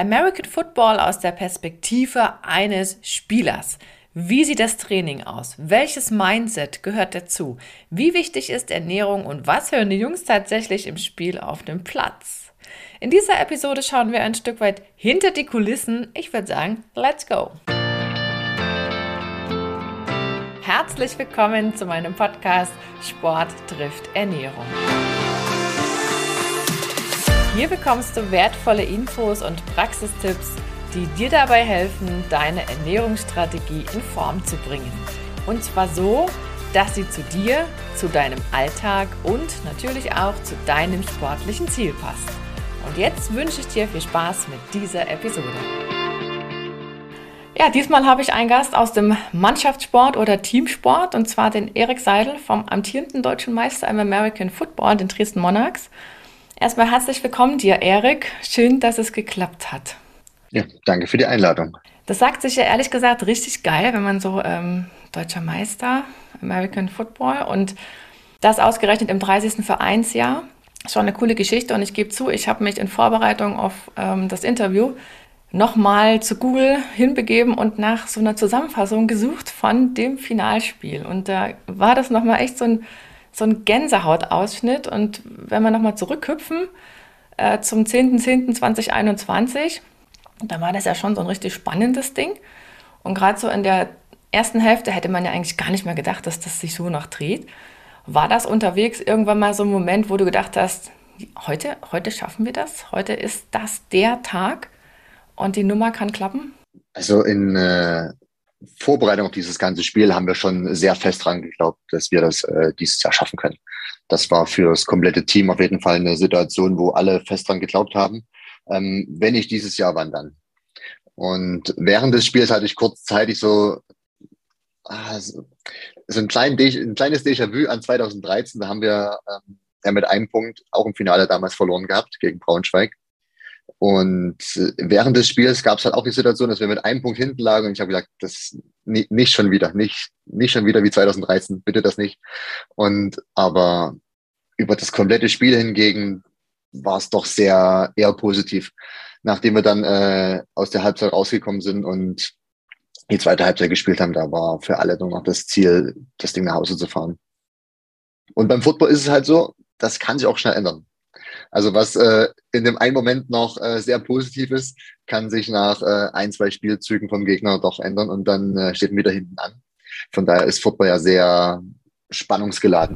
American Football aus der Perspektive eines Spielers. Wie sieht das Training aus? Welches Mindset gehört dazu? Wie wichtig ist Ernährung und was hören die Jungs tatsächlich im Spiel auf dem Platz? In dieser Episode schauen wir ein Stück weit hinter die Kulissen. Ich würde sagen, let's go! Herzlich willkommen zu meinem Podcast Sport trifft Ernährung. Hier bekommst du wertvolle Infos und Praxistipps, die dir dabei helfen, deine Ernährungsstrategie in Form zu bringen. Und zwar so, dass sie zu dir, zu deinem Alltag und natürlich auch zu deinem sportlichen Ziel passt. Und jetzt wünsche ich dir viel Spaß mit dieser Episode. Ja, diesmal habe ich einen Gast aus dem Mannschaftssport oder Teamsport, und zwar den Erik Seidel vom amtierenden deutschen Meister im American Football, den Dresden Monarchs. Erstmal herzlich willkommen dir, Erik. Schön, dass es geklappt hat. Ja, danke für die Einladung. Das sagt sich ja ehrlich gesagt richtig geil, wenn man so deutscher Meister, American Football, und das ausgerechnet im 30. Vereinsjahr. Schon eine coole Geschichte, und ich gebe zu, ich habe mich in Vorbereitung auf das Interview nochmal zu Google hinbegeben und nach so einer Zusammenfassung gesucht von dem Finalspiel. Und da war das nochmal echt so ein Gänsehautausschnitt. Und wenn wir nochmal zurückhüpfen zum 10.10.2021, da war das ja schon so ein richtig spannendes Ding. Und gerade so in der ersten Hälfte hätte man ja eigentlich gar nicht mehr gedacht, dass das sich so noch dreht. War das unterwegs irgendwann mal so ein Moment, wo du gedacht hast, heute schaffen wir das? Heute ist das der Tag und die Nummer kann klappen? Also in Vorbereitung auf dieses ganze Spiel haben wir schon sehr fest dran geglaubt, dass wir das dieses Jahr schaffen können. Das war für das komplette Team auf jeden Fall eine Situation, wo alle fest dran geglaubt haben. Wenn nicht dieses Jahr, wann dann? Und während des Spiels hatte ich kurzzeitig so ein kleines Déjà-vu an 2013. Da haben wir ja mit einem Punkt auch im Finale damals verloren gehabt gegen Braunschweig. Und während des Spiels gab es halt auch die Situation, dass wir mit einem Punkt hinten lagen, und ich habe gesagt, das nicht schon wieder, nicht schon wieder wie 2013, bitte das nicht. Aber über das komplette Spiel hingegen war es doch eher positiv. Nachdem wir dann aus der Halbzeit rausgekommen sind und die zweite Halbzeit gespielt haben, da war für alle nur noch das Ziel, das Ding nach Hause zu fahren. Und beim Football ist es halt so, das kann sich auch schnell ändern. Also was in dem einen Moment noch sehr positiv ist, kann sich nach ein, zwei Spielzügen vom Gegner doch ändern, und dann steht man wieder hinten an. Von daher ist Football ja sehr spannungsgeladen.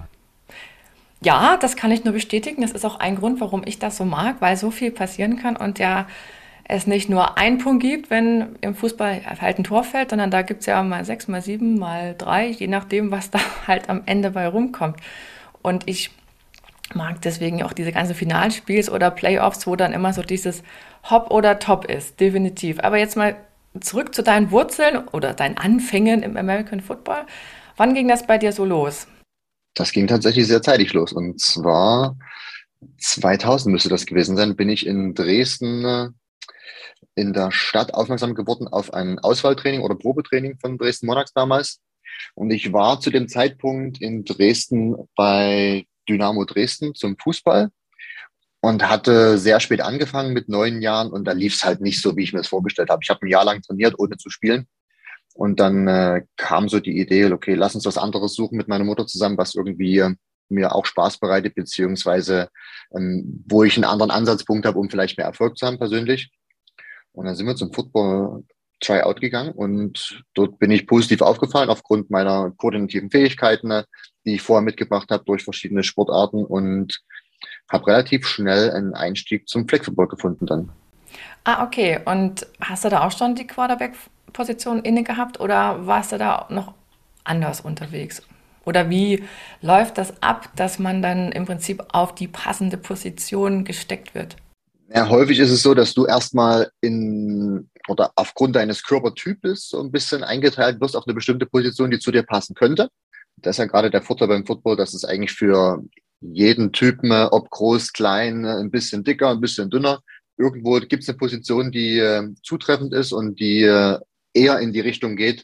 Ja, das kann ich nur bestätigen. Das ist auch ein Grund, warum ich das so mag, weil so viel passieren kann und ja es nicht nur einen Punkt gibt, wenn im Fußball halt ein Tor fällt, sondern da gibt es ja mal 6, mal 7, mal 3, je nachdem, was da halt am Ende bei rumkommt. Und ich mag deswegen auch diese ganzen Finalspiels oder Playoffs, wo dann immer so dieses Hop oder Top ist, definitiv. Aber jetzt mal zurück zu deinen Wurzeln oder deinen Anfängen im American Football. Wann ging das bei dir so los? Das ging tatsächlich sehr zeitig los. Und zwar 2000 müsste das gewesen sein, bin ich in Dresden in der Stadt aufmerksam geworden auf ein Auswahltraining oder Probetraining von Dresden Monarchs damals. Und ich war zu dem Zeitpunkt in Dresden bei Dynamo Dresden zum Fußball und hatte sehr spät angefangen mit 9 Jahren, und da lief es halt nicht so, wie ich mir das vorgestellt habe. Ich habe ein Jahr lang trainiert, ohne zu spielen, und dann kam so die Idee, okay, lass uns was anderes suchen mit meiner Mutter zusammen, was irgendwie mir auch Spaß bereitet, beziehungsweise wo ich einen anderen Ansatzpunkt habe, um vielleicht mehr Erfolg zu haben persönlich. Und dann sind wir zum Football-Tryout gegangen, und dort bin ich positiv aufgefallen aufgrund meiner koordinativen Fähigkeiten, die ich vorher mitgebracht habe durch verschiedene Sportarten, und habe relativ schnell einen Einstieg zum Flag Football gefunden dann. Ah, okay. Und hast du da auch schon die Quarterback-Position inne gehabt oder warst du da noch anders unterwegs? Oder wie läuft das ab, dass man dann im Prinzip auf die passende Position gesteckt wird? Ja, häufig ist es so, dass du erstmal oder aufgrund deines Körpertypes so ein bisschen eingeteilt wirst auf eine bestimmte Position, die zu dir passen könnte. Das ist ja gerade der Vorteil beim Football, dass es eigentlich für jeden Typen, ob groß, klein, ein bisschen dicker, ein bisschen dünner, irgendwo gibt es eine Position, die zutreffend ist und die eher in die Richtung geht,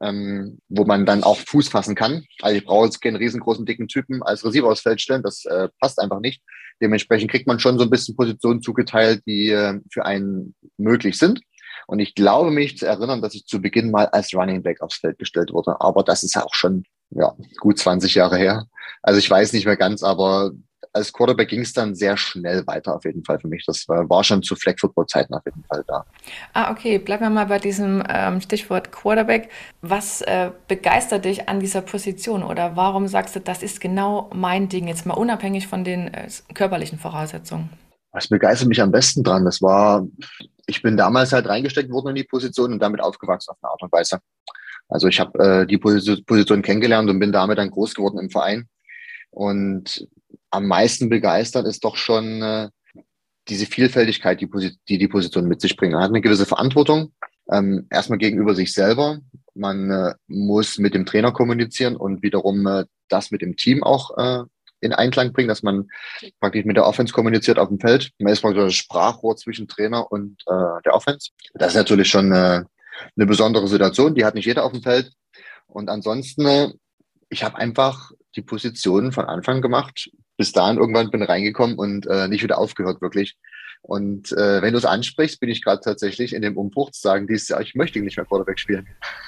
wo man dann auch Fuß fassen kann. Also ich brauche jetzt keinen riesengroßen, dicken Typen als Receiver aufs Feld stellen, das passt einfach nicht. Dementsprechend kriegt man schon so ein bisschen Positionen zugeteilt, die für einen möglich sind. Und ich glaube mich zu erinnern, dass ich zu Beginn mal als Running Back aufs Feld gestellt wurde. Aber das ist auch schon gut 20 Jahre her. Also ich weiß nicht mehr ganz, aber als Quarterback ging es dann sehr schnell weiter auf jeden Fall für mich. Das war schon zu Flag-Football-Zeiten auf jeden Fall da. Ah, okay, bleiben wir mal bei diesem Stichwort Quarterback. Was begeistert dich an dieser Position oder warum sagst du, das ist genau mein Ding, jetzt mal unabhängig von den körperlichen Voraussetzungen? Was begeistert mich am besten dran? Ich bin damals halt reingesteckt worden in die Position und damit aufgewachsen auf eine Art und Weise. Also ich habe die Position kennengelernt und bin damit dann groß geworden im Verein. Und am meisten begeistert ist doch schon diese Vielfältigkeit, die Position mit sich bringt. Man hat eine gewisse Verantwortung, erstmal gegenüber sich selber. Man muss mit dem Trainer kommunizieren und wiederum das mit dem Team auch in Einklang bringen, dass man praktisch mit der Offense kommuniziert auf dem Feld. Man ist praktisch das Sprachrohr zwischen Trainer und der Offense. Das ist natürlich schon eine besondere Situation, die hat nicht jeder auf dem Feld. Und ansonsten, ich habe einfach die Position von Anfang gemacht. Bis dahin irgendwann bin ich reingekommen und nicht wieder aufgehört, wirklich. Und wenn du es ansprichst, bin ich gerade tatsächlich in dem Umbruch zu sagen, dieses Jahr, ich möchte nicht mehr Quarterback spielen.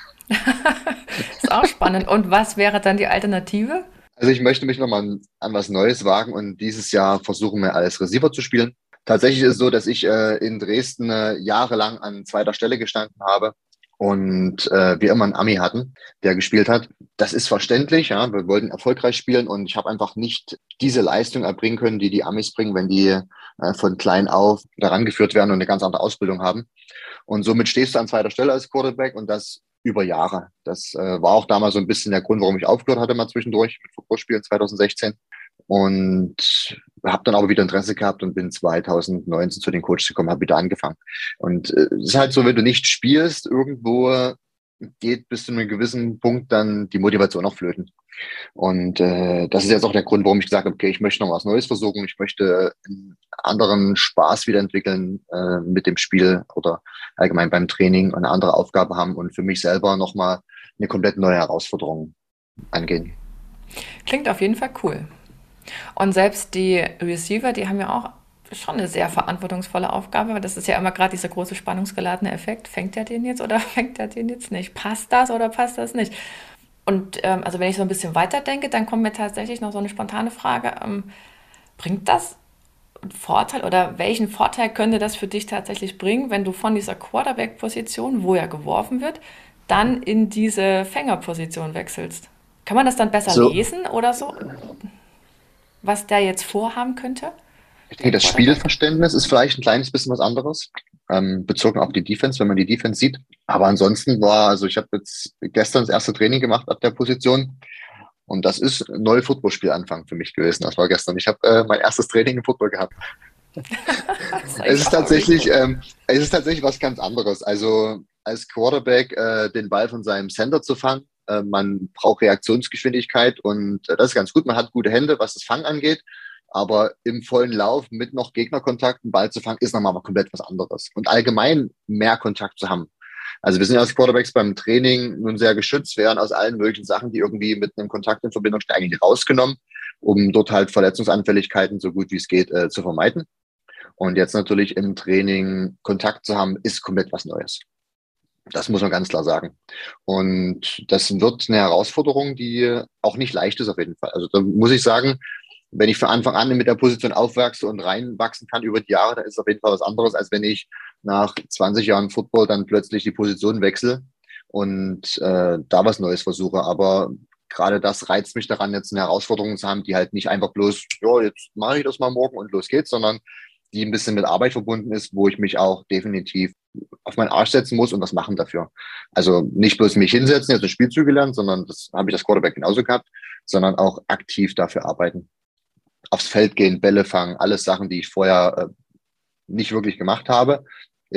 Ist auch spannend. Und was wäre dann die Alternative? Also ich möchte mich nochmal an was Neues wagen und dieses Jahr versuchen wir als Receiver zu spielen. Tatsächlich ist es so, dass ich in Dresden jahrelang an zweiter Stelle gestanden habe und wir immer einen Ami hatten, der gespielt hat. Das ist verständlich, ja, wir wollten erfolgreich spielen und ich habe einfach nicht diese Leistung erbringen können, die die Amis bringen, wenn die von klein auf daran geführt werden und eine ganz andere Ausbildung haben. Und somit stehst du an zweiter Stelle als Quarterback und das über Jahre. Das war auch damals so ein bisschen der Grund, warum ich aufgehört hatte mal zwischendurch mit Footballspielen 2016. Und habe dann aber wieder Interesse gehabt und bin 2019 zu den Coaches gekommen, habe wieder angefangen. Und es ist halt so, wenn du nicht spielst, irgendwo geht bis zu einem gewissen Punkt dann die Motivation auch flöten. Und das ist jetzt auch der Grund, warum ich gesagt habe, okay, ich möchte noch was Neues versuchen. Ich möchte einen anderen Spaß wiederentwickeln mit dem Spiel oder allgemein beim Training, eine andere Aufgabe haben und für mich selber nochmal eine komplett neue Herausforderung angehen. Klingt auf jeden Fall cool. Und selbst die Receiver, die haben ja auch schon eine sehr verantwortungsvolle Aufgabe, weil das ist ja immer gerade dieser große spannungsgeladene Effekt. Fängt er den jetzt oder fängt er den jetzt nicht? Passt das oder passt das nicht? Und also wenn ich so ein bisschen weiterdenke, dann kommt mir tatsächlich noch so eine spontane Frage. Bringt das einen Vorteil oder welchen Vorteil könnte das für dich tatsächlich bringen, wenn du von dieser Quarterback-Position, wo ja geworfen wird, dann in diese Fängerposition wechselst? Kann man das dann besser So, lesen oder so, was der jetzt vorhaben könnte, ich der denke, das Quarterback? Spielverständnis ist vielleicht ein kleines bisschen was anderes, bezogen auf die Defense, wenn man die Defense sieht. Aber ansonsten also ich habe jetzt gestern das erste Training gemacht ab der Position. Und das ist ein neuer Footballspielanfang für mich gewesen. Das war gestern. Ich habe mein erstes Training im Football gehabt. Das ist Es eigentlich ist auch irgendwie tatsächlich, cool. es ist tatsächlich was ganz anderes. Also als Quarterback den Ball von seinem Center zu fangen, man braucht Reaktionsgeschwindigkeit und das ist ganz gut. Man hat gute Hände, was das Fangen angeht. Aber im vollen Lauf mit noch Gegnerkontakt einen Ball zu fangen, ist nochmal komplett was anderes. Und allgemein mehr Kontakt zu haben. Also wir sind ja als Quarterbacks beim Training nun sehr geschützt, werden aus allen möglichen Sachen, die irgendwie mit einem Kontakt in Verbindung stehen, eigentlich rausgenommen, um dort halt Verletzungsanfälligkeiten so gut wie es geht zu vermeiden. Und jetzt natürlich im Training Kontakt zu haben, ist komplett was Neues. Das muss man ganz klar sagen. Und das wird eine Herausforderung, die auch nicht leicht ist auf jeden Fall. Also da muss ich sagen, wenn ich von Anfang an mit der Position aufwachse und reinwachsen kann über die Jahre, dann ist es auf jeden Fall was anderes, als wenn ich nach 20 Jahren Football dann plötzlich die Position wechsle und da was Neues versuche. Aber gerade das reizt mich daran, jetzt eine Herausforderung zu haben, die halt nicht einfach bloß, ja, jetzt mache ich das mal morgen und los geht's, sondern die ein bisschen mit Arbeit verbunden ist, wo ich mich auch definitiv auf meinen Arsch setzen muss und was machen dafür. Also nicht bloß mich hinsetzen, jetzt ein Spielzüge lernen, sondern das habe ich das Quarterback genauso gehabt, sondern auch aktiv dafür arbeiten. Aufs Feld gehen, Bälle fangen, alles Sachen, die ich vorher nicht wirklich gemacht habe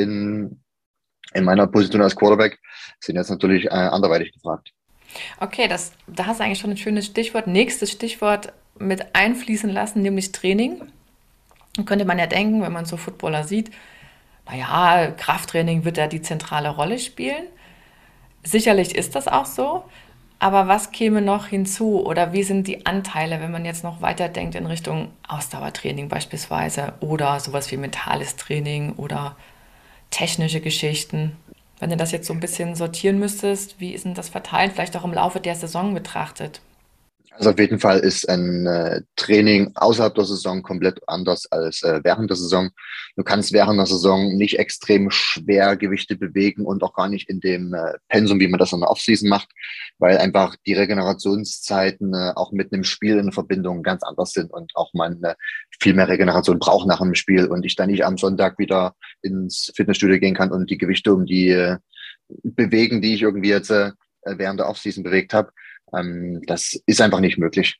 in meiner Position als Quarterback, sind jetzt natürlich anderweitig gefragt. Okay, da hast du eigentlich schon ein schönes Stichwort. Nächstes Stichwort mit einfließen lassen, nämlich Training. Dann könnte man ja denken, wenn man so Footballer sieht, naja, Krafttraining wird da die zentrale Rolle spielen. Sicherlich ist das auch so, aber was käme noch hinzu oder wie sind die Anteile, wenn man jetzt noch weiterdenkt in Richtung Ausdauertraining beispielsweise oder sowas wie mentales Training oder technische Geschichten? Wenn du das jetzt so ein bisschen sortieren müsstest, wie ist denn das verteilt, vielleicht auch im Laufe der Saison betrachtet? Also auf jeden Fall ist ein Training außerhalb der Saison komplett anders als während der Saison. Du kannst während der Saison nicht extrem Schwergewichte bewegen und auch gar nicht in dem Pensum, wie man das in der Offseason macht, weil einfach die Regenerationszeiten auch mit einem Spiel in Verbindung ganz anders sind und auch man viel mehr Regeneration braucht nach einem Spiel und ich dann nicht am Sonntag wieder ins Fitnessstudio gehen kann und die Gewichte um die bewegen, die ich irgendwie jetzt während der Offseason bewegt habe. Das ist einfach nicht möglich.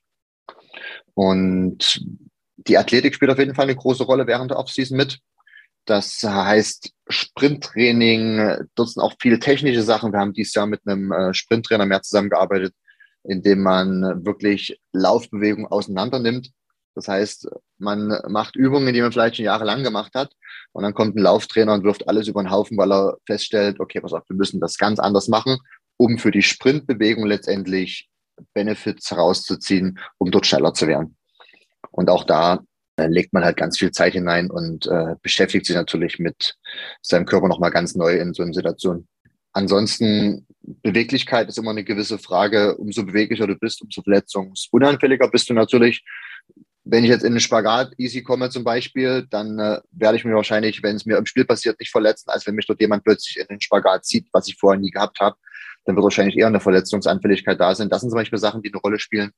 Und die Athletik spielt auf jeden Fall eine große Rolle während der Offseason mit. Das heißt Sprinttraining, dort sind auch viele technische Sachen. Wir haben dieses Jahr mit einem Sprinttrainer mehr zusammengearbeitet, indem man wirklich Laufbewegungen auseinander nimmt. Das heißt, man macht Übungen, die man vielleicht schon jahrelang gemacht hat. Und dann kommt ein Lauftrainer und wirft alles über den Haufen, weil er feststellt, okay, pass auf, wir müssen das ganz anders machen, um für die Sprintbewegung letztendlich Benefits herauszuziehen, um dort schneller zu werden. Und auch da legt man halt ganz viel Zeit hinein und beschäftigt sich natürlich mit seinem Körper nochmal ganz neu in so einer Situation. Ansonsten, Beweglichkeit ist immer eine gewisse Frage. Umso beweglicher du bist, umso verletzungsunanfälliger bist du natürlich. Wenn ich jetzt in den Spagat easy komme zum Beispiel, dann werde ich mich wahrscheinlich, wenn es mir im Spiel passiert, nicht verletzen, als wenn mich dort jemand plötzlich in den Spagat zieht, was ich vorher nie gehabt habe. Dann wird wahrscheinlich eher eine Verletzungsanfälligkeit da sein. Das sind zum Beispiel Sachen, die eine Rolle spielen.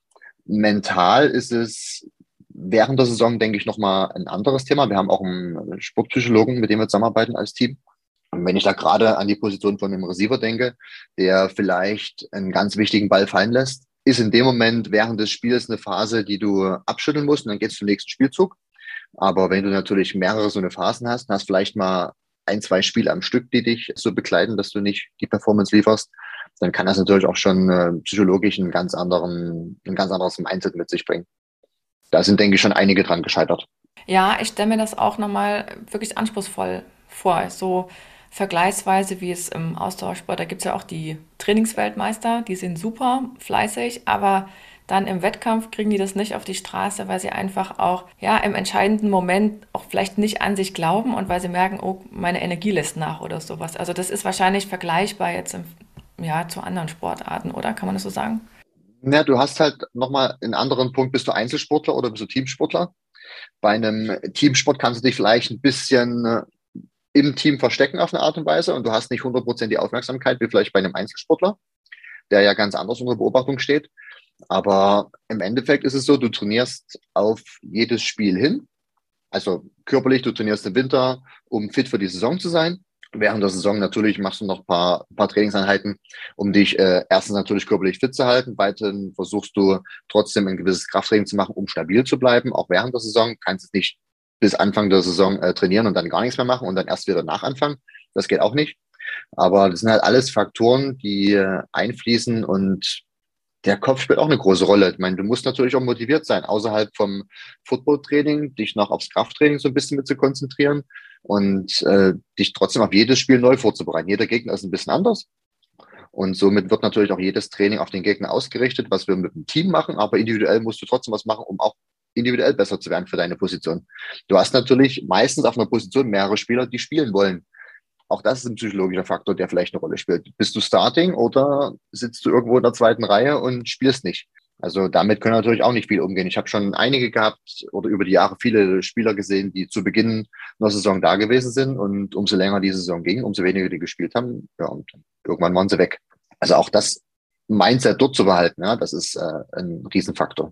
Mental ist es während der Saison, denke ich, nochmal ein anderes Thema. Wir haben auch einen Sportpsychologen, mit dem wir zusammenarbeiten als Team. Und wenn ich da gerade an die Position von einem Receiver denke, der vielleicht einen ganz wichtigen Ball fallen lässt, ist in dem Moment während des Spiels eine Phase, die du abschütteln musst und dann geht's zum nächsten Spielzug. Aber wenn du natürlich mehrere so eine Phasen hast vielleicht mal ein, zwei Spiele am Stück, die dich so begleiten, dass du nicht die Performance lieferst, dann kann das natürlich auch schon psychologisch ein ganz anderes Mindset mit sich bringen. Da sind, denke ich, schon einige dran gescheitert. Ja, ich stelle mir das auch nochmal wirklich anspruchsvoll vor. So vergleichsweise wie es im Ausdauersport, da gibt es ja auch die Trainingsweltmeister, die sind super fleißig, aber dann im Wettkampf kriegen die das nicht auf die Straße, weil sie einfach auch ja im entscheidenden Moment auch vielleicht nicht an sich glauben und weil sie merken, oh, meine Energie lässt nach oder sowas. Also das ist wahrscheinlich vergleichbar jetzt ja, zu anderen Sportarten, oder? Kann man das so sagen? Ja, du hast halt nochmal einen anderen Punkt, bist du Einzelsportler oder bist du Teamsportler? Bei einem Teamsport kannst du dich vielleicht ein bisschen im Team verstecken auf eine Art und Weise und du hast nicht 100% die Aufmerksamkeit wie vielleicht bei einem Einzelsportler, der ja ganz anders unter Beobachtung steht. Aber im Endeffekt ist es so, du trainierst auf jedes Spiel hin. Also körperlich, du trainierst im Winter, um fit für die Saison zu sein. Während der Saison natürlich machst du noch ein paar Trainingseinheiten, um dich erstens natürlich körperlich fit zu halten. Weiterhin versuchst du trotzdem ein gewisses Krafttraining zu machen, um stabil zu bleiben, auch während der Saison. Kannst es nicht bis Anfang der Saison trainieren und dann gar nichts mehr machen und dann erst wieder nachanfangen. Das geht auch nicht. Aber das sind halt alles Faktoren, die einfließen und der Kopf spielt auch eine große Rolle. Ich meine, du musst natürlich auch motiviert sein, außerhalb vom Footballtraining, dich noch aufs Krafttraining so ein bisschen mit zu konzentrieren und dich trotzdem auf jedes Spiel neu vorzubereiten. Jeder Gegner ist ein bisschen anders und somit wird natürlich auch jedes Training auf den Gegner ausgerichtet, was wir mit dem Team machen, aber individuell musst du trotzdem was machen, um auch individuell besser zu werden für deine Position. Du hast natürlich meistens auf einer Position mehrere Spieler, die spielen wollen. Auch das ist ein psychologischer Faktor, der vielleicht eine Rolle spielt. Bist du Starting oder sitzt du irgendwo in der zweiten Reihe und spielst nicht? Also damit können natürlich auch nicht viel umgehen. Ich habe schon einige gehabt oder über die Jahre viele Spieler gesehen, die zu Beginn einer Saison da gewesen sind und umso länger die Saison ging, umso weniger die gespielt haben. Ja, und irgendwann waren sie weg. Also auch das Mindset dort zu behalten, ja, das ist ein Riesenfaktor.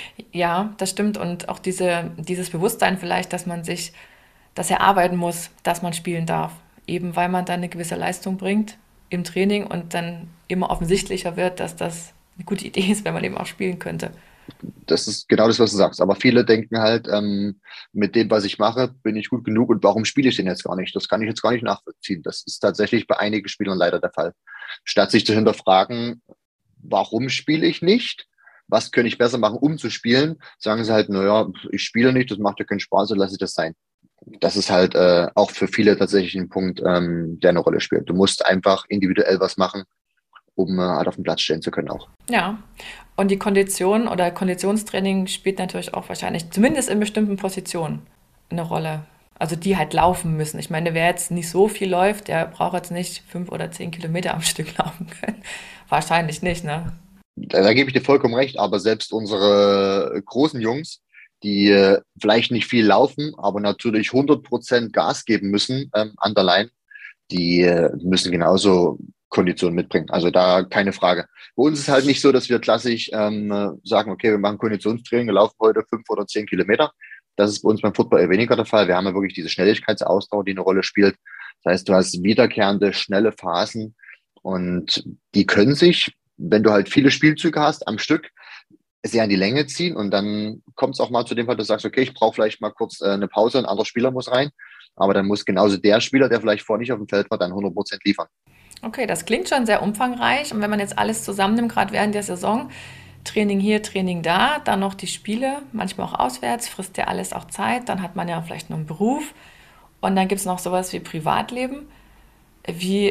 Ja, das stimmt. Und auch dieses Bewusstsein vielleicht, dass man sich das erarbeiten muss, dass man spielen darf. Eben weil man dann eine gewisse Leistung bringt im Training und dann immer offensichtlicher wird, dass das eine gute Idee ist, wenn man eben auch spielen könnte. Das ist genau das, was du sagst. Aber viele denken halt, mit dem, was ich mache, bin ich gut genug und warum spiele ich den jetzt gar nicht? Das kann ich jetzt gar nicht nachvollziehen. Das ist tatsächlich bei einigen Spielern leider der Fall. Statt sich zu hinterfragen, warum spiele ich nicht? Was könnte ich besser machen, um zu spielen? Sagen sie halt, naja, ich spiele nicht, das macht ja keinen Spaß, so lasse ich das sein. Das ist halt auch für viele tatsächlich ein Punkt, der eine Rolle spielt. Du musst einfach individuell was machen, um halt auf dem Platz stehen zu können auch. Ja. Und die Kondition oder Konditionstraining spielt natürlich auch wahrscheinlich, zumindest in bestimmten Positionen, eine Rolle. Also die halt laufen müssen. Ich meine, wer jetzt nicht so viel läuft, der braucht jetzt nicht 5 oder 10 Kilometer am Stück laufen können. Wahrscheinlich nicht, ne? Da gebe ich dir vollkommen recht, aber selbst unsere großen Jungs, die vielleicht nicht viel laufen, aber natürlich 100% Gas geben müssen an der Line, die müssen genauso Konditionen mitbringen. Also da keine Frage. Bei uns ist halt nicht so, dass wir klassisch sagen, okay, wir machen Konditionstraining, wir laufen heute 5 oder 10 Kilometer. Das ist bei uns beim Football eher weniger der Fall. Wir haben ja wirklich diese Schnelligkeitsausdauer, die eine Rolle spielt. Das heißt, du hast wiederkehrende, schnelle Phasen und die können sich, wenn du halt viele Spielzüge hast am Stück, sehr in die Länge ziehen und dann kommt es auch mal zu dem Fall, dass du sagst, okay, ich brauche vielleicht mal kurz eine Pause, ein anderer Spieler muss rein, aber dann muss genauso der Spieler, der vielleicht vorher nicht auf dem Feld war, dann 100% liefern. Okay, das klingt schon sehr umfangreich. Und wenn man jetzt alles zusammennimmt, gerade während der Saison, Training hier, Training da, dann noch die Spiele, manchmal auch auswärts, frisst ja alles auch Zeit. Dann hat man ja vielleicht noch einen Beruf. Und dann gibt es noch sowas wie Privatleben. Wie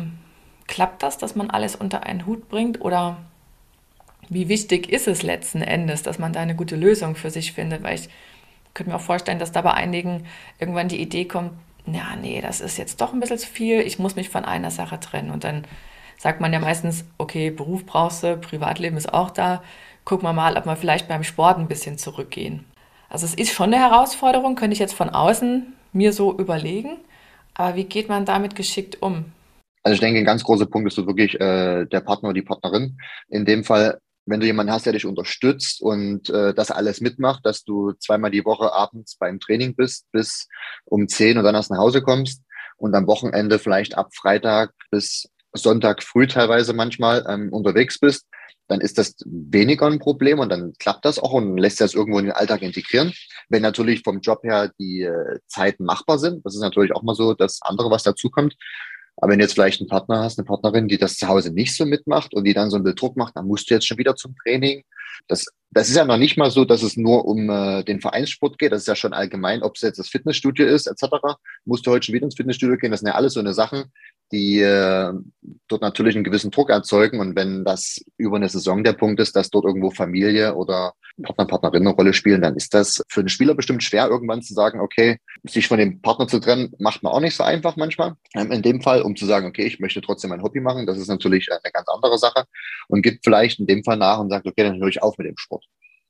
klappt das, dass man alles unter einen Hut bringt? Oder wie wichtig ist es letzten Endes, dass man da eine gute Lösung für sich findet? Weil ich könnte mir auch vorstellen, dass da bei einigen irgendwann die Idee kommt, ja, nee, das ist jetzt doch ein bisschen zu viel, ich muss mich von einer Sache trennen. Und dann sagt man ja meistens, okay, Beruf brauchst du, Privatleben ist auch da, gucken wir mal, ob wir vielleicht beim Sport ein bisschen zurückgehen. Also es ist schon eine Herausforderung, könnte ich jetzt von außen mir so überlegen, aber wie geht man damit geschickt um? Also ich denke, ein ganz großer Punkt ist so wirklich der Partner oder die Partnerin. In dem Fall, wenn du jemanden hast, der dich unterstützt und das alles mitmacht, dass du zweimal die Woche abends beim Training bist bis um 10 und dann erst nach Hause kommst und am Wochenende vielleicht ab Freitag bis Sonntag früh teilweise manchmal unterwegs bist, dann ist das weniger ein Problem und dann klappt das auch und lässt sich das irgendwo in den Alltag integrieren. Wenn natürlich vom Job her die Zeiten machbar sind, das ist natürlich auch mal so das andere, was dazukommt. Aber wenn du jetzt vielleicht einen Partner hast, eine Partnerin, die das zu Hause nicht so mitmacht und die dann so einen Druck macht, dann musst du jetzt schon wieder zum Training. Das ist ja noch nicht mal so, dass es nur um den Vereinssport geht. Das ist ja schon allgemein, ob es jetzt das Fitnessstudio ist, etc. Musst du heute schon wieder ins Fitnessstudio gehen. Das sind ja alles so eine Sachen, die dort natürlich einen gewissen Druck erzeugen. Und wenn das über eine Saison der Punkt ist, dass dort irgendwo Familie oder Partner, Partnerin eine Rolle spielen, dann ist das für einen Spieler bestimmt schwer, irgendwann zu sagen, okay, sich von dem Partner zu trennen, macht man auch nicht so einfach manchmal. In dem Fall, um zu sagen, okay, ich möchte trotzdem mein Hobby machen, das ist natürlich eine ganz andere Sache und gibt vielleicht in dem Fall nach und sagt, okay, dann höre ich auf mit dem Sport.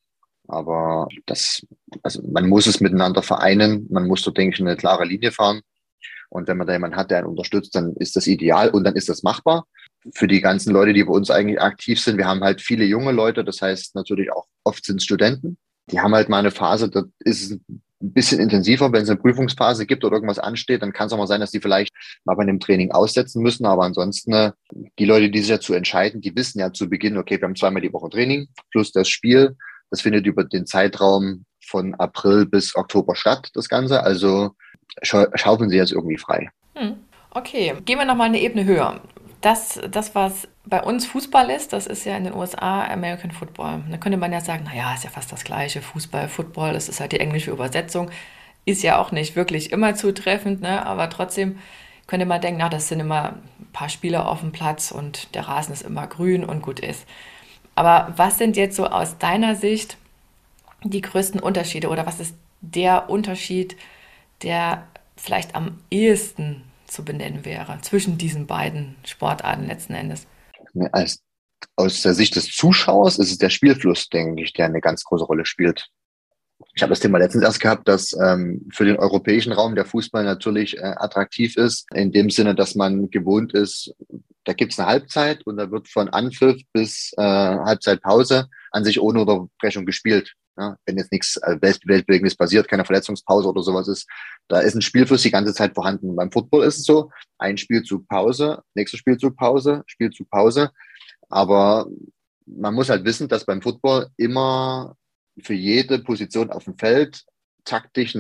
Aber also man muss es miteinander vereinen, man muss dort, denke ich, eine klare Linie fahren. Und wenn man da jemanden hat, der einen unterstützt, dann ist das ideal und dann ist das machbar. Für die ganzen Leute, die bei uns eigentlich aktiv sind, wir haben halt viele junge Leute, das heißt natürlich auch oft sind es Studenten. Die haben halt mal eine Phase, da ist es ein bisschen intensiver, wenn es eine Prüfungsphase gibt oder irgendwas ansteht, dann kann es auch mal sein, dass die vielleicht mal bei einem Training aussetzen müssen. Aber ansonsten, die Leute, die sich dazu entscheiden, die wissen ja zu Beginn, okay, wir haben zweimal die Woche Training plus das Spiel. Das findet über den Zeitraum von April bis Oktober statt, das Ganze. Also schaufeln sie jetzt irgendwie frei. Hm. Okay, gehen wir nochmal eine Ebene höher. Das, was bei uns Fußball ist, das ist ja in den USA American Football. Da könnte man ja sagen, naja, ist ja fast das gleiche, Fußball, Football, das ist halt die englische Übersetzung. Ist ja auch nicht wirklich immer zutreffend, ne? Aber trotzdem könnte man denken, na, das sind immer ein paar Spieler auf dem Platz und der Rasen ist immer grün und gut ist. Aber was sind jetzt so aus deiner Sicht die größten Unterschiede oder was ist der Unterschied, der vielleicht am ehesten zu benennen wäre zwischen diesen beiden Sportarten letzten Endes? Als, aus der Sicht des Zuschauers ist es der Spielfluss, denke ich, der eine ganz große Rolle spielt. Ich habe das Thema letztens erst gehabt, dass für den europäischen Raum der Fußball natürlich attraktiv ist, in dem Sinne, dass man gewohnt ist, da gibt es eine Halbzeit und da wird von Anpfiff bis Halbzeitpause an sich ohne Unterbrechung gespielt. Ja, wenn jetzt nichts Weltbewegendes passiert, keine Verletzungspause oder sowas ist, da ist ein Spielfluss die ganze Zeit vorhanden. Beim Football ist es so, ein Spielzug Pause, nächster Spielzug Pause, Spielzug Pause. Aber man muss halt wissen, dass beim Football immer für jede Position auf dem Feld taktisch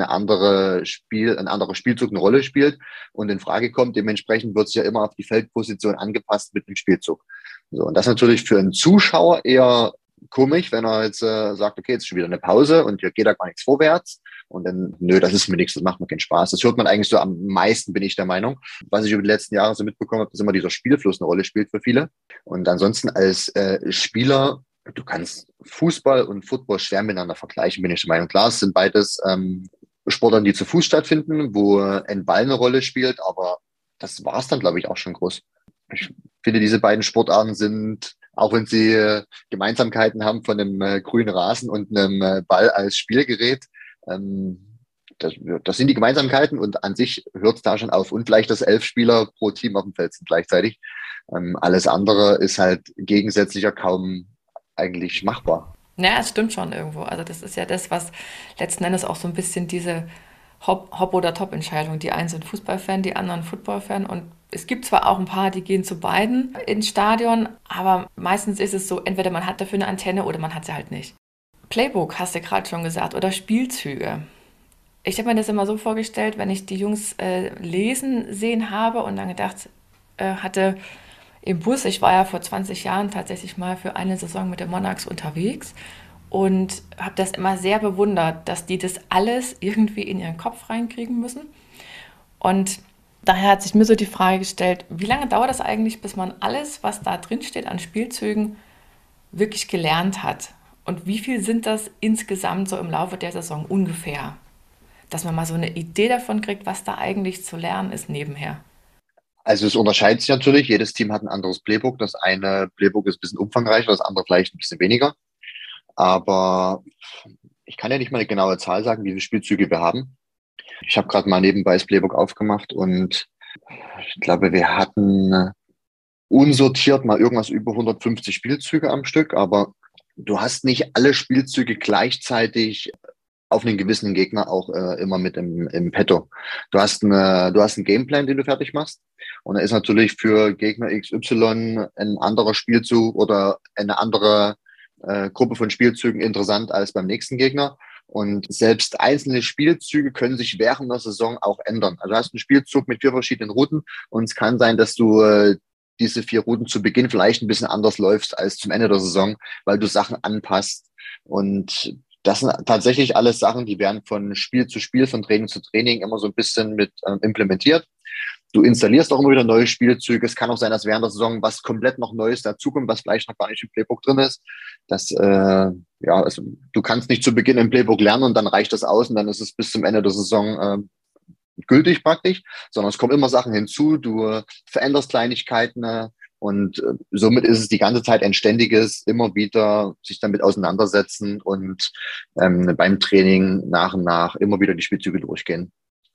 ein anderer Spielzug eine Rolle spielt und in Frage kommt. Dementsprechend wird es ja immer auf die Feldposition angepasst mit dem Spielzug. So, und das ist natürlich für einen Zuschauer eher komisch, wenn er jetzt sagt, okay, jetzt ist schon wieder eine Pause und hier geht da gar nichts vorwärts Und dann, nö, das ist mir nichts, das macht mir keinen Spaß. Das hört man eigentlich so am meisten, bin ich der Meinung. Was ich über die letzten Jahre so mitbekommen habe, dass immer dieser Spielfluss eine Rolle spielt für viele. Und ansonsten als Spieler, du kannst Fußball und Football schwer miteinander vergleichen, bin ich der Meinung. Klar, es sind beides Sportarten, die zu Fuß stattfinden, wo ein Ball eine Rolle spielt, aber das war es dann, glaube ich, auch schon groß. Ich finde, diese beiden Sportarten sind, auch wenn sie Gemeinsamkeiten haben von einem grünen Rasen und einem Ball als Spielgerät, das sind die Gemeinsamkeiten und an sich hört es da schon auf. Und vielleicht, dass 11 Spieler pro Team auf dem Feld sind gleichzeitig. Alles andere ist halt gegensätzlicher kaum eigentlich machbar. Ja, es stimmt schon irgendwo. Also das ist ja das, was letzten Endes auch so ein bisschen diese Hop- oder Top-Entscheidung. Die einen sind Fußballfan, die anderen Footballfan. Und es gibt zwar auch ein paar, die gehen zu beiden ins Stadion, aber meistens ist es so, entweder man hat dafür eine Antenne oder man hat sie halt nicht. Playbook hast du gerade schon gesagt oder Spielzüge. Ich habe mir das immer so vorgestellt, wenn ich die Jungs lesen sehen habe und dann gedacht hatte, im Bus, ich war ja vor 20 Jahren tatsächlich mal für eine Saison mit den Monarchs unterwegs und habe das immer sehr bewundert, dass die das alles irgendwie in ihren Kopf reinkriegen müssen. Und daher hat sich mir so die Frage gestellt, wie lange dauert das eigentlich, bis man alles, was da drin steht an Spielzügen, wirklich gelernt hat? Und wie viel sind das insgesamt so im Laufe der Saison ungefähr? Dass man mal so eine Idee davon kriegt, was da eigentlich zu lernen ist nebenher. Also es unterscheidet sich natürlich. Jedes Team hat ein anderes Playbook. Das eine Playbook ist ein bisschen umfangreicher, das andere vielleicht ein bisschen weniger. Aber ich kann ja nicht mal eine genaue Zahl sagen, wie viele Spielzüge wir haben. Ich habe gerade mal nebenbei das Playbook aufgemacht und ich glaube, wir hatten unsortiert mal irgendwas über 150 Spielzüge am Stück, aber du hast nicht alle Spielzüge gleichzeitig auf einen gewissen Gegner auch immer mit im Petto. Du hast einen Gameplan, den du fertig machst. Und da ist natürlich für Gegner XY ein anderer Spielzug oder eine andere Gruppe von Spielzügen interessant als beim nächsten Gegner. Und selbst einzelne Spielzüge können sich während der Saison auch ändern. Also du hast einen Spielzug mit 4 verschiedenen Routen und es kann sein, dass du diese 4 Routen zu Beginn vielleicht ein bisschen anders läufst als zum Ende der Saison, weil du Sachen anpasst. Und das sind tatsächlich alles Sachen, die werden von Spiel zu Spiel, von Training zu Training immer so ein bisschen mit implementiert. Du installierst auch immer wieder neue Spielzüge. Es kann auch sein, dass während der Saison was komplett noch Neues dazukommt, was vielleicht noch gar nicht im Playbook drin ist. Also du kannst nicht zu Beginn im Playbook lernen und dann reicht das aus und dann ist es bis zum Ende der Saison gültig praktisch, sondern es kommen immer Sachen hinzu. Du veränderst Kleinigkeiten und somit ist es die ganze Zeit ein ständiges, immer wieder sich damit auseinandersetzen und beim Training nach und nach immer wieder die Spielzüge durchgehen.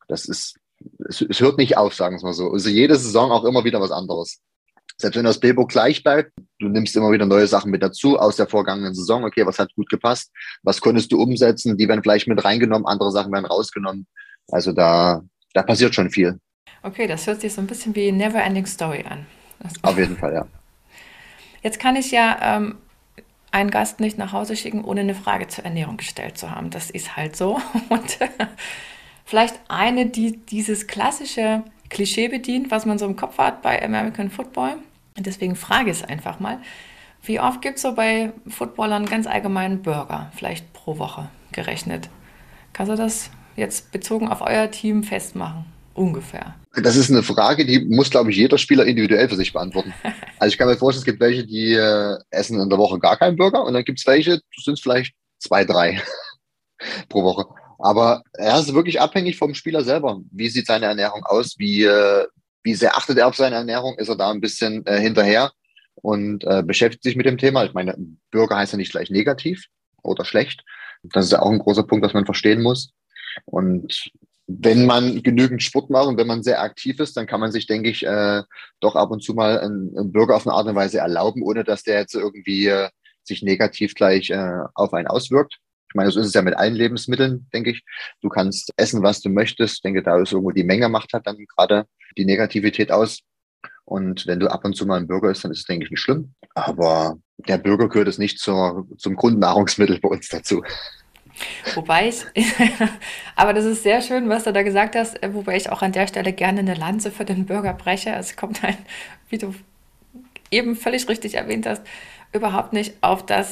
Es hört nicht auf, sagen wir es mal so. Also jede Saison auch immer wieder was anderes. Selbst wenn das Playbook gleich bleibt, du nimmst immer wieder neue Sachen mit dazu aus der vorgangenen Saison. Okay, was hat gut gepasst? Was konntest du umsetzen? Die werden vielleicht mit reingenommen, andere Sachen werden rausgenommen. Also da passiert schon viel. Okay, das hört sich so ein bisschen wie Never-Ending Story an. Auf jeden Fall, ja. Jetzt kann ich ja einen Gast nicht nach Hause schicken, ohne eine Frage zur Ernährung gestellt zu haben. Das ist halt so. Und vielleicht eine, die dieses klassische Klischee bedient, was man so im Kopf hat bei American Football. Und deswegen frage ich es einfach mal. Wie oft gibt es so bei Footballern ganz allgemein Burger? Vielleicht pro Woche gerechnet. Kannst du das jetzt bezogen auf euer Team festmachen? Ungefähr. Das ist eine Frage, die muss, glaube ich, jeder Spieler individuell für sich beantworten. Also ich kann mir vorstellen, es gibt welche, die essen in der Woche gar keinen Burger und dann gibt es welche, das sind vielleicht 2, 3 pro Woche. Aber er ist wirklich abhängig vom Spieler selber. Wie sieht seine Ernährung aus? Wie sehr achtet er auf seine Ernährung? Ist er da ein bisschen hinterher und beschäftigt sich mit dem Thema? Ich meine, Burger heißt ja nicht gleich negativ oder schlecht. Das ist ja auch ein großer Punkt, was man verstehen muss. Und wenn man genügend Sport macht und wenn man sehr aktiv ist, dann kann man sich, denke ich, doch ab und zu mal einen Burger auf eine Art und Weise erlauben, ohne dass der jetzt irgendwie sich negativ gleich auf einen auswirkt. Ich meine, so ist es ja mit allen Lebensmitteln, denke ich. Du kannst essen, was du möchtest. Ich denke, da ist irgendwo die Menge macht halt dann gerade die Negativität aus. Und wenn du ab und zu mal einen Burger isst, dann ist es, denke ich, nicht schlimm. Aber der Burger gehört es nicht zum Grundnahrungsmittel bei uns dazu. Wobei ich, aber das ist sehr schön, was du da gesagt hast, wobei ich auch an der Stelle gerne eine Lanze für den Burger breche. Es kommt wie du eben völlig richtig erwähnt hast, überhaupt nicht auf das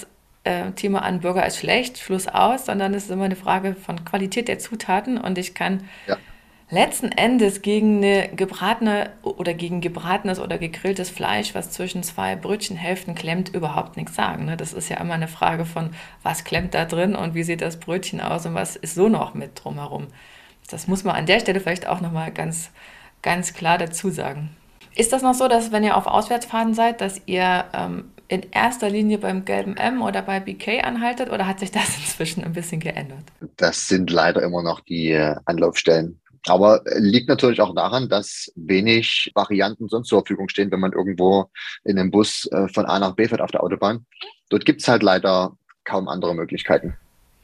Thema an Burger ist schlecht, Schluss aus, sondern es ist immer eine Frage von Qualität der Zutaten und ich kann Ja. letzten Endes gegen eine gebratene oder gegen gebratenes oder gegrilltes Fleisch, was zwischen zwei Brötchenhälften klemmt, überhaupt nichts sagen. Ne? Das ist ja immer eine Frage von, was klemmt da drin und wie sieht das Brötchen aus und was ist so noch mit drumherum. Das muss man an der Stelle vielleicht auch nochmal ganz klar dazu sagen. Ist das noch so, dass wenn ihr auf Auswärtsfahrten seid, dass ihr in erster Linie beim gelben M oder bei BK anhaltet oder hat sich das inzwischen ein bisschen geändert? Das sind leider immer noch die Anlaufstellen. Aber liegt natürlich auch daran, dass wenig Varianten sonst zur Verfügung stehen, wenn man irgendwo in einem Bus von A nach B fährt auf der Autobahn. Dort gibt's halt leider kaum andere Möglichkeiten.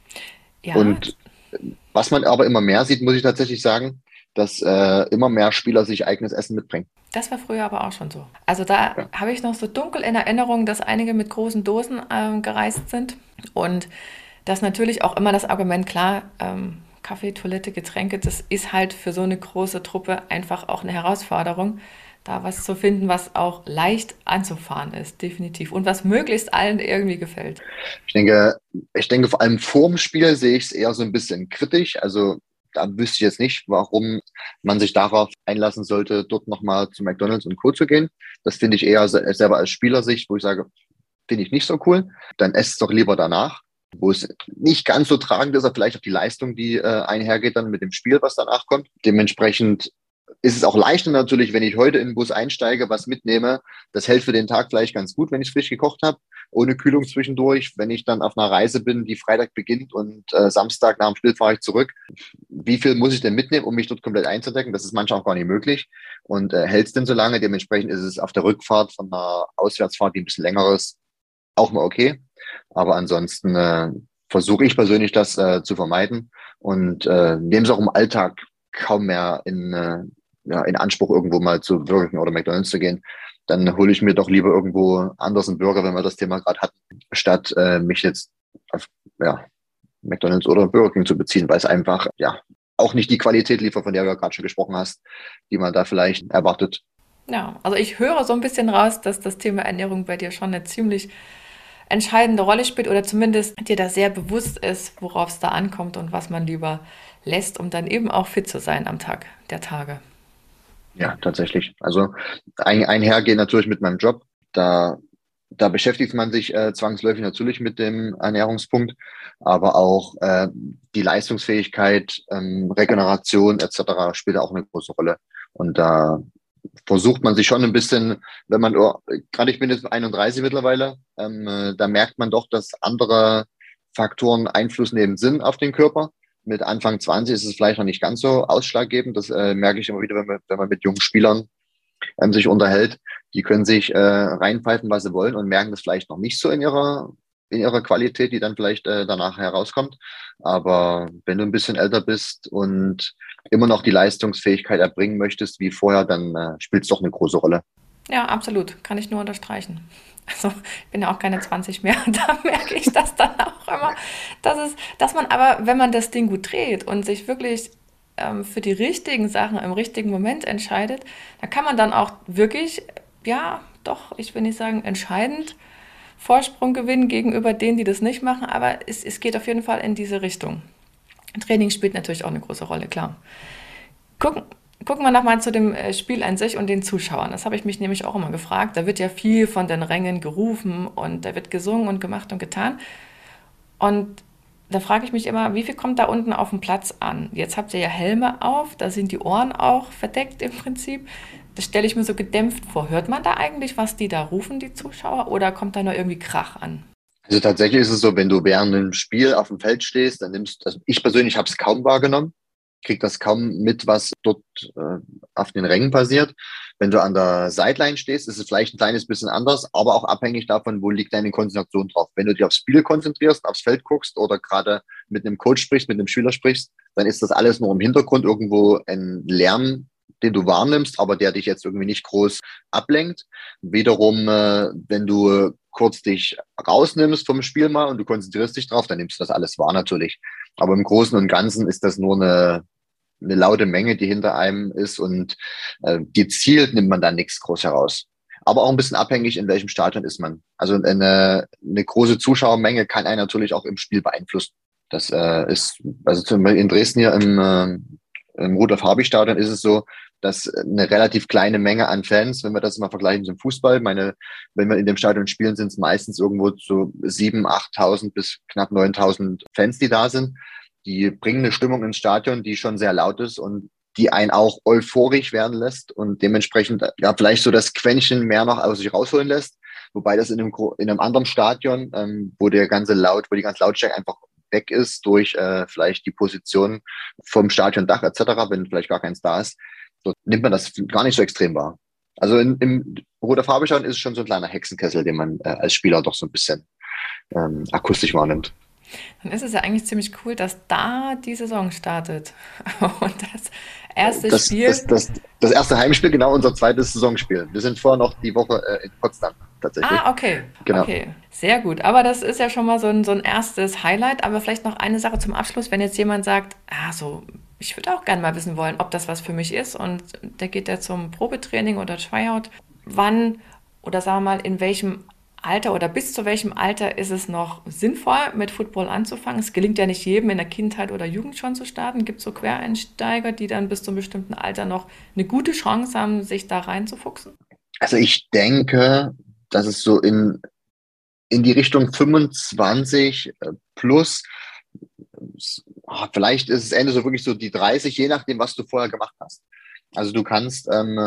Ja, Und was man aber immer mehr sieht, muss ich tatsächlich sagen, dass immer mehr Spieler sich eigenes Essen mitbringen. das war früher aber auch schon so. Also da Ja. habe ich noch so dunkel in Erinnerung, dass einige mit großen Dosen gereist sind und dass natürlich auch immer das Argument, klar, Kaffee, Toilette, Getränke, das ist halt für so eine große Truppe einfach auch eine Herausforderung, da was zu finden, was auch leicht anzufahren ist, definitiv. Und was möglichst allen irgendwie gefällt. Ich denke, ich denke, vor allem vorm Spiel sehe ich es eher so ein bisschen kritisch. Also da wüsste ich jetzt nicht, warum man sich darauf einlassen sollte, dort nochmal zu McDonald's und Co. zu gehen. Das finde ich eher selber als Spielersicht, wo ich sage, finde ich nicht so cool. Dann esst es doch lieber danach, wo es nicht ganz so tragend ist, aber vielleicht auch die Leistung, die einhergeht dann mit dem Spiel, was danach kommt. Dementsprechend ist es auch leichter natürlich, wenn ich heute in den Bus einsteige, was mitnehme. Das hält für den Tag vielleicht ganz gut, wenn ich es frisch gekocht habe, ohne Kühlung zwischendurch. Wenn ich dann auf einer Reise bin, die Freitag beginnt und Samstag nach dem Spiel fahre ich zurück, wie viel muss ich denn mitnehmen, um mich dort komplett einzudecken? Das ist manchmal auch gar nicht möglich und hält es denn so lange. Dementsprechend ist es auf der Rückfahrt von einer Auswärtsfahrt, die ein bisschen länger ist, auch mal okay. Aber ansonsten versuche ich persönlich das zu vermeiden und nehme es auch im Alltag kaum mehr in Anspruch, irgendwo mal zu Burger King oder McDonald's zu gehen. Dann hole ich mir doch lieber irgendwo anders einen Burger, wenn wir das Thema gerade hatten, statt mich jetzt auf McDonald's oder Burger King zu beziehen, weil es einfach auch nicht die Qualität liefert, von der du ja gerade schon gesprochen hast, die man da vielleicht erwartet. Ja, also ich höre so ein bisschen raus, dass das Thema Ernährung bei dir schon eine ziemlich entscheidende Rolle spielt oder zumindest dir da sehr bewusst ist, worauf es da ankommt und was man lieber lässt, um dann eben auch fit zu sein am Tag der Tage. Ja, tatsächlich. Also einhergehen natürlich mit meinem Job. Da beschäftigt man sich zwangsläufig natürlich mit dem Ernährungspunkt, aber auch die Leistungsfähigkeit, Regeneration etc. spielt auch eine große Rolle. Und da versucht man sich schon ein bisschen, wenn man, gerade ich bin jetzt 31 mittlerweile, da merkt man doch, dass andere Faktoren Einfluss nehmen sind auf den Körper. Mit Anfang 20 ist es vielleicht noch nicht ganz so ausschlaggebend. Das merke ich immer wieder, wenn man mit jungen Spielern sich unterhält. Die können sich reinpfeifen, was sie wollen und merken das vielleicht noch nicht so in ihrer Qualität, die dann vielleicht danach herauskommt. Aber wenn du ein bisschen älter bist und immer noch die Leistungsfähigkeit erbringen möchtest wie vorher, dann spielt es doch eine große Rolle. Ja, absolut. Kann ich nur unterstreichen. Also ich bin ja auch keine 20 mehr und da merke ich das dann auch immer, dass man aber, wenn man das Ding gut dreht und sich wirklich für die richtigen Sachen im richtigen Moment entscheidet, dann kann man dann auch wirklich, ja, doch, ich will nicht sagen entscheidend Vorsprung gewinnen gegenüber denen, die das nicht machen, aber es geht auf jeden Fall in diese Richtung. Training spielt natürlich auch eine große Rolle, klar. Gucken, gucken wir nochmal zu dem Spiel an sich und den Zuschauern. Das habe ich mich nämlich auch immer gefragt. Da wird ja viel von den Rängen gerufen und da wird gesungen und gemacht und getan. Und da frage ich mich immer, wie viel kommt da unten auf dem Platz an? Jetzt habt ihr ja Helme auf, da sind die Ohren auch verdeckt im Prinzip. Das stelle ich mir so gedämpft vor. Hört man da eigentlich, was die da rufen, die Zuschauer, oder kommt da nur irgendwie Krach an? Also tatsächlich ist es so, wenn du während einem Spiel auf dem Feld stehst, dann also ich persönlich habe es kaum wahrgenommen, krieg das kaum mit, was dort auf den Rängen passiert. Wenn du an der Sideline stehst, ist es vielleicht ein kleines bisschen anders, aber auch abhängig davon, wo liegt deine Konzentration drauf. Wenn du dich aufs Spiel konzentrierst, aufs Feld guckst oder gerade mit einem Coach sprichst, mit einem Schüler sprichst, dann ist das alles nur im Hintergrund irgendwo ein Lärm, den du wahrnimmst, aber der dich jetzt irgendwie nicht groß ablenkt. Wiederum, wenn du kurz dich rausnimmst vom Spiel mal und du konzentrierst dich drauf, dann nimmst du das alles wahr natürlich. Aber im Großen und Ganzen ist das nur eine laute Menge, die hinter einem ist und gezielt nimmt man da nichts groß heraus. aber auch ein bisschen abhängig, in welchem Stadion ist man. Also eine große Zuschauermenge kann einen natürlich auch im Spiel beeinflussen. Das ist, also zum Beispiel in Dresden hier im Rudolf-Habich-Stadion ist es so, dass eine relativ kleine Menge an Fans, wenn wir das mal vergleichen zum Fußball, wenn wir in dem Stadion spielen, sind es meistens irgendwo so 7.000, 8.000 bis knapp 9.000 Fans, die da sind. Die bringen eine Stimmung ins Stadion, die schon sehr laut ist und die einen auch euphorisch werden lässt und dementsprechend ja vielleicht so das Quäntchen mehr noch aus sich rausholen lässt. Wobei das in einem anderen Stadion, wo die ganze Lautstärke einfach weg ist durch vielleicht die Position vom Stadiondach etc., wenn vielleicht gar keins da ist, dort nimmt man das gar nicht so extrem wahr. Also im Roter Farbestadion ist es schon so ein kleiner Hexenkessel, den man als Spieler doch so ein bisschen akustisch wahrnimmt. Dann ist es ja eigentlich ziemlich cool, dass da die Saison startet. Und das erste Spiel. Das erste Heimspiel, genau unser zweites Saisonspiel. Wir sind vorher noch die Woche in Potsdam tatsächlich. Ah, okay. Genau. Okay, sehr gut. Aber das ist ja schon mal so ein erstes Highlight. Aber vielleicht noch eine Sache zum Abschluss, wenn jetzt jemand sagt, ich würde auch gerne mal wissen wollen, ob das was für mich ist. Und der geht ja zum Probetraining oder Tryout. Wann oder sagen wir mal, in welchem Alter oder bis zu welchem Alter ist es noch sinnvoll, mit Football anzufangen? Es gelingt ja nicht jedem in der Kindheit oder Jugend schon zu starten. Gibt es so Quereinsteiger, die dann bis zu einem bestimmten Alter noch eine gute Chance haben, sich da reinzufuchsen? Also ich denke, dass es so in die Richtung 25 plus, vielleicht ist es Ende so wirklich so die 30, je nachdem, was du vorher gemacht hast. Also du kannst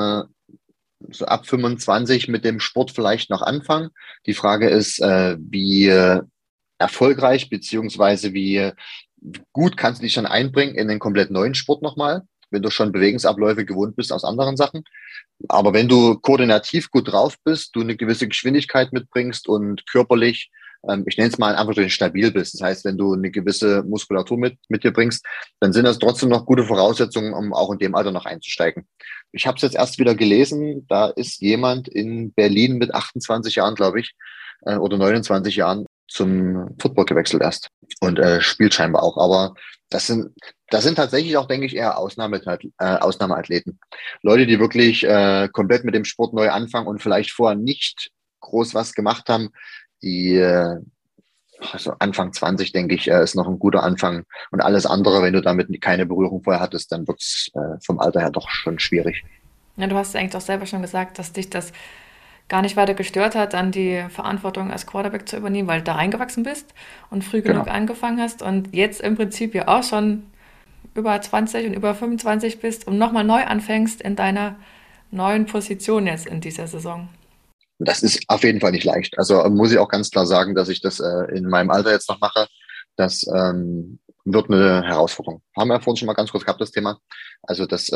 so ab 25 mit dem Sport vielleicht noch anfangen. Die Frage ist, wie erfolgreich beziehungsweise wie gut kannst du dich dann einbringen in einen komplett neuen Sport nochmal, wenn du schon Bewegungsabläufe gewohnt bist aus anderen Sachen. Aber wenn du koordinativ gut drauf bist, du eine gewisse Geschwindigkeit mitbringst und körperlich, ich nenne es mal einfach stabil bist. Das heißt, wenn du eine gewisse Muskulatur mit dir bringst, dann sind das trotzdem noch gute Voraussetzungen, um auch in dem Alter noch einzusteigen. Ich habe es jetzt erst wieder gelesen, da ist jemand in Berlin mit 28 Jahren, glaube ich, oder 29 Jahren zum Football gewechselt erst und spielt scheinbar auch. Aber das sind tatsächlich auch, denke ich, eher Ausnahmeathleten. Leute, die wirklich komplett mit dem Sport neu anfangen und vielleicht vorher nicht groß was gemacht haben, die also Anfang 20, denke ich, ist noch ein guter Anfang. Und alles andere, wenn du damit keine Berührung vorher hattest, dann wird es vom Alter her doch schon schwierig. Ja, du hast eigentlich doch selber schon gesagt, dass dich das gar nicht weiter gestört hat, dann die Verantwortung als Quarterback zu übernehmen, weil du da reingewachsen bist und früh genug angefangen hast und jetzt im Prinzip ja auch schon über 20 und über 25 bist und nochmal neu anfängst in deiner neuen Position jetzt in dieser Saison. Das ist auf jeden Fall nicht leicht. Also muss ich auch ganz klar sagen, dass ich das in meinem Alter jetzt noch mache. Das wird eine Herausforderung. Haben wir vorhin schon mal ganz kurz gehabt, das Thema. Also das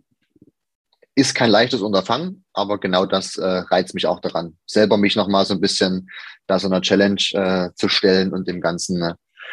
ist kein leichtes Unterfangen, aber genau das reizt mich auch daran, selber mich nochmal so ein bisschen da so einer Challenge zu stellen und dem Ganzen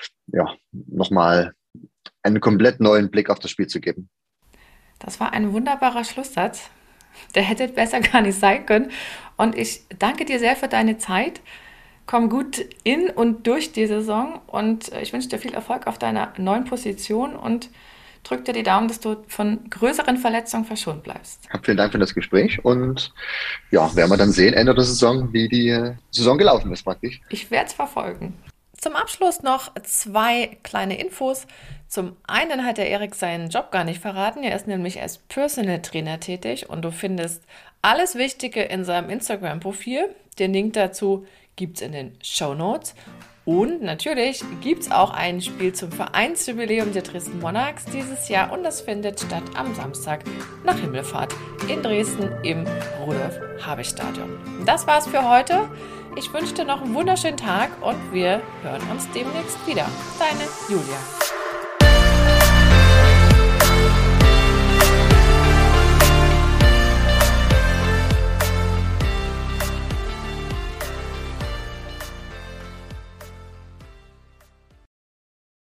nochmal einen komplett neuen Blick auf das Spiel zu geben. Das war ein wunderbarer Schlusssatz. Der hätte besser gar nicht sein können. Und ich danke dir sehr für deine Zeit. Komm gut in und durch die Saison und ich wünsche dir viel Erfolg auf deiner neuen Position und drück dir die Daumen, dass du von größeren Verletzungen verschont bleibst. Vielen Dank für das Gespräch und ja, werden wir dann sehen Ende der Saison, wie die Saison gelaufen ist praktisch. Ich werde es verfolgen. Zum Abschluss noch 2 kleine Infos. Zum einen hat der Erik seinen Job gar nicht verraten. Er ist nämlich als Personal Trainer tätig und du findest alles Wichtige in seinem Instagram-Profil. Den Link dazu gibt es in den Shownotes. Und natürlich gibt es auch ein Spiel zum Vereinsjubiläum der Dresden Monarchs dieses Jahr und das findet statt am Samstag nach Himmelfahrt in Dresden im Rudolf-Habich-Stadion. Das war's für heute. Ich wünsche dir noch einen wunderschönen Tag und wir hören uns demnächst wieder. Deine Julia.